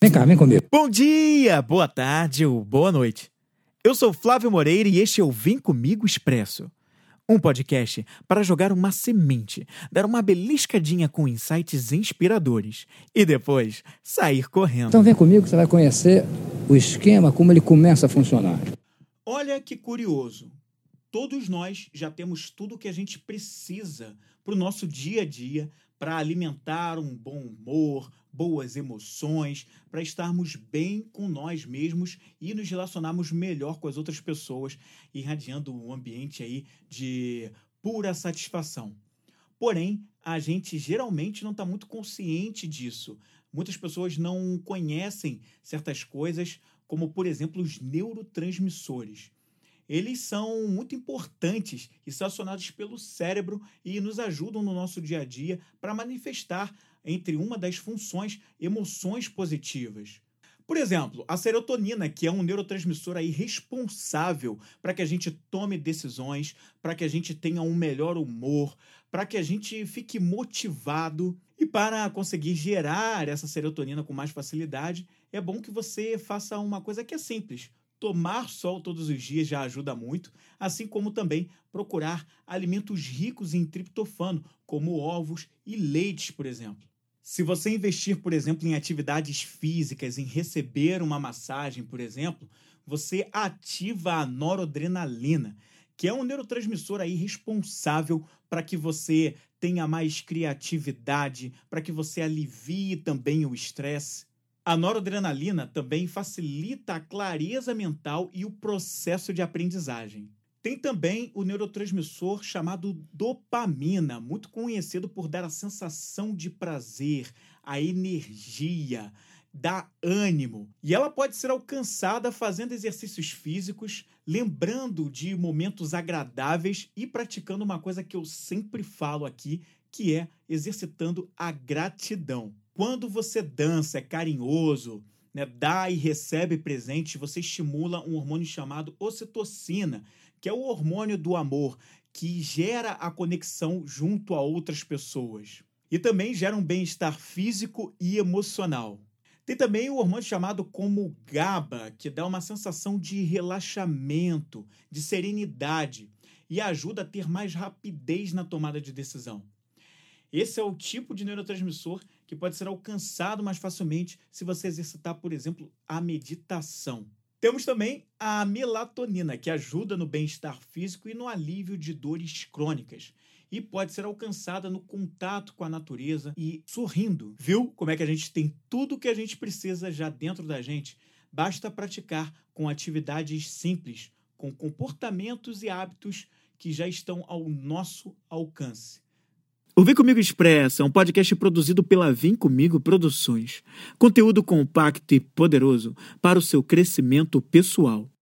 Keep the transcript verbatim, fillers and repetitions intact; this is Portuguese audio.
Vem cá, vem comigo. Bom dia, boa tarde ou boa noite. Eu sou Flávio Moreira e este é o Vem Comigo Expresso. Um podcast para jogar uma semente, dar uma beliscadinha com insights inspiradores e depois sair correndo. Então vem comigo que você vai conhecer o esquema, como ele começa a funcionar. Olha que curioso. Todos nós já temos tudo o que a gente precisa para o nosso dia a dia, para alimentar um bom humor, boas emoções, para estarmos bem com nós mesmos e nos relacionarmos melhor com as outras pessoas, irradiando um ambiente aí de pura satisfação. Porém, a gente geralmente não está muito consciente disso. Muitas pessoas não conhecem certas coisas, como, por exemplo, os neurotransmissores. Eles são muito importantes e são acionados pelo cérebro e nos ajudam no nosso dia a dia para manifestar, entre uma das funções, emoções positivas. Por exemplo, a serotonina, que é um neurotransmissor aí responsável para que a gente tome decisões, para que a gente tenha um melhor humor, para que a gente fique motivado. E para conseguir gerar essa serotonina com mais facilidade, é bom que você faça uma coisa que é simples. Tomar sol todos os dias já ajuda muito, assim como também procurar alimentos ricos em triptofano, como ovos e leites, por exemplo. Se você investir, por exemplo, em atividades físicas, em receber uma massagem, por exemplo, você ativa a noradrenalina, que é um neurotransmissor aí responsável para que você tenha mais criatividade, para que você alivie também o estresse. A noradrenalina também facilita a clareza mental e o processo de aprendizagem. Tem também o neurotransmissor chamado dopamina, muito conhecido por dar a sensação de prazer, a energia, dar ânimo. E ela pode ser alcançada fazendo exercícios físicos, lembrando de momentos agradáveis e praticando uma coisa que eu sempre falo aqui, que é exercitando a gratidão. Quando você dança, é carinhoso, né, dá e recebe presente, você estimula um hormônio chamado ocitocina, que é o hormônio do amor, que gera a conexão junto a outras pessoas. E também gera um bem-estar físico e emocional. Tem também o hormônio chamado como GABA, que dá uma sensação de relaxamento, de serenidade e ajuda a ter mais rapidez na tomada de decisão. Esse é o tipo de neurotransmissor que pode ser alcançado mais facilmente se você exercitar, por exemplo, a meditação. Temos também a melatonina, que ajuda no bem-estar físico e no alívio de dores crônicas. E pode ser alcançada no contato com a natureza e sorrindo. Viu como é que a gente tem tudo o que a gente precisa já dentro da gente? Basta praticar com atividades simples, com comportamentos e hábitos que já estão ao nosso alcance. O Vem Comigo Expresso é um podcast produzido pela Vem Comigo Produções. Conteúdo compacto e poderoso para o seu crescimento pessoal.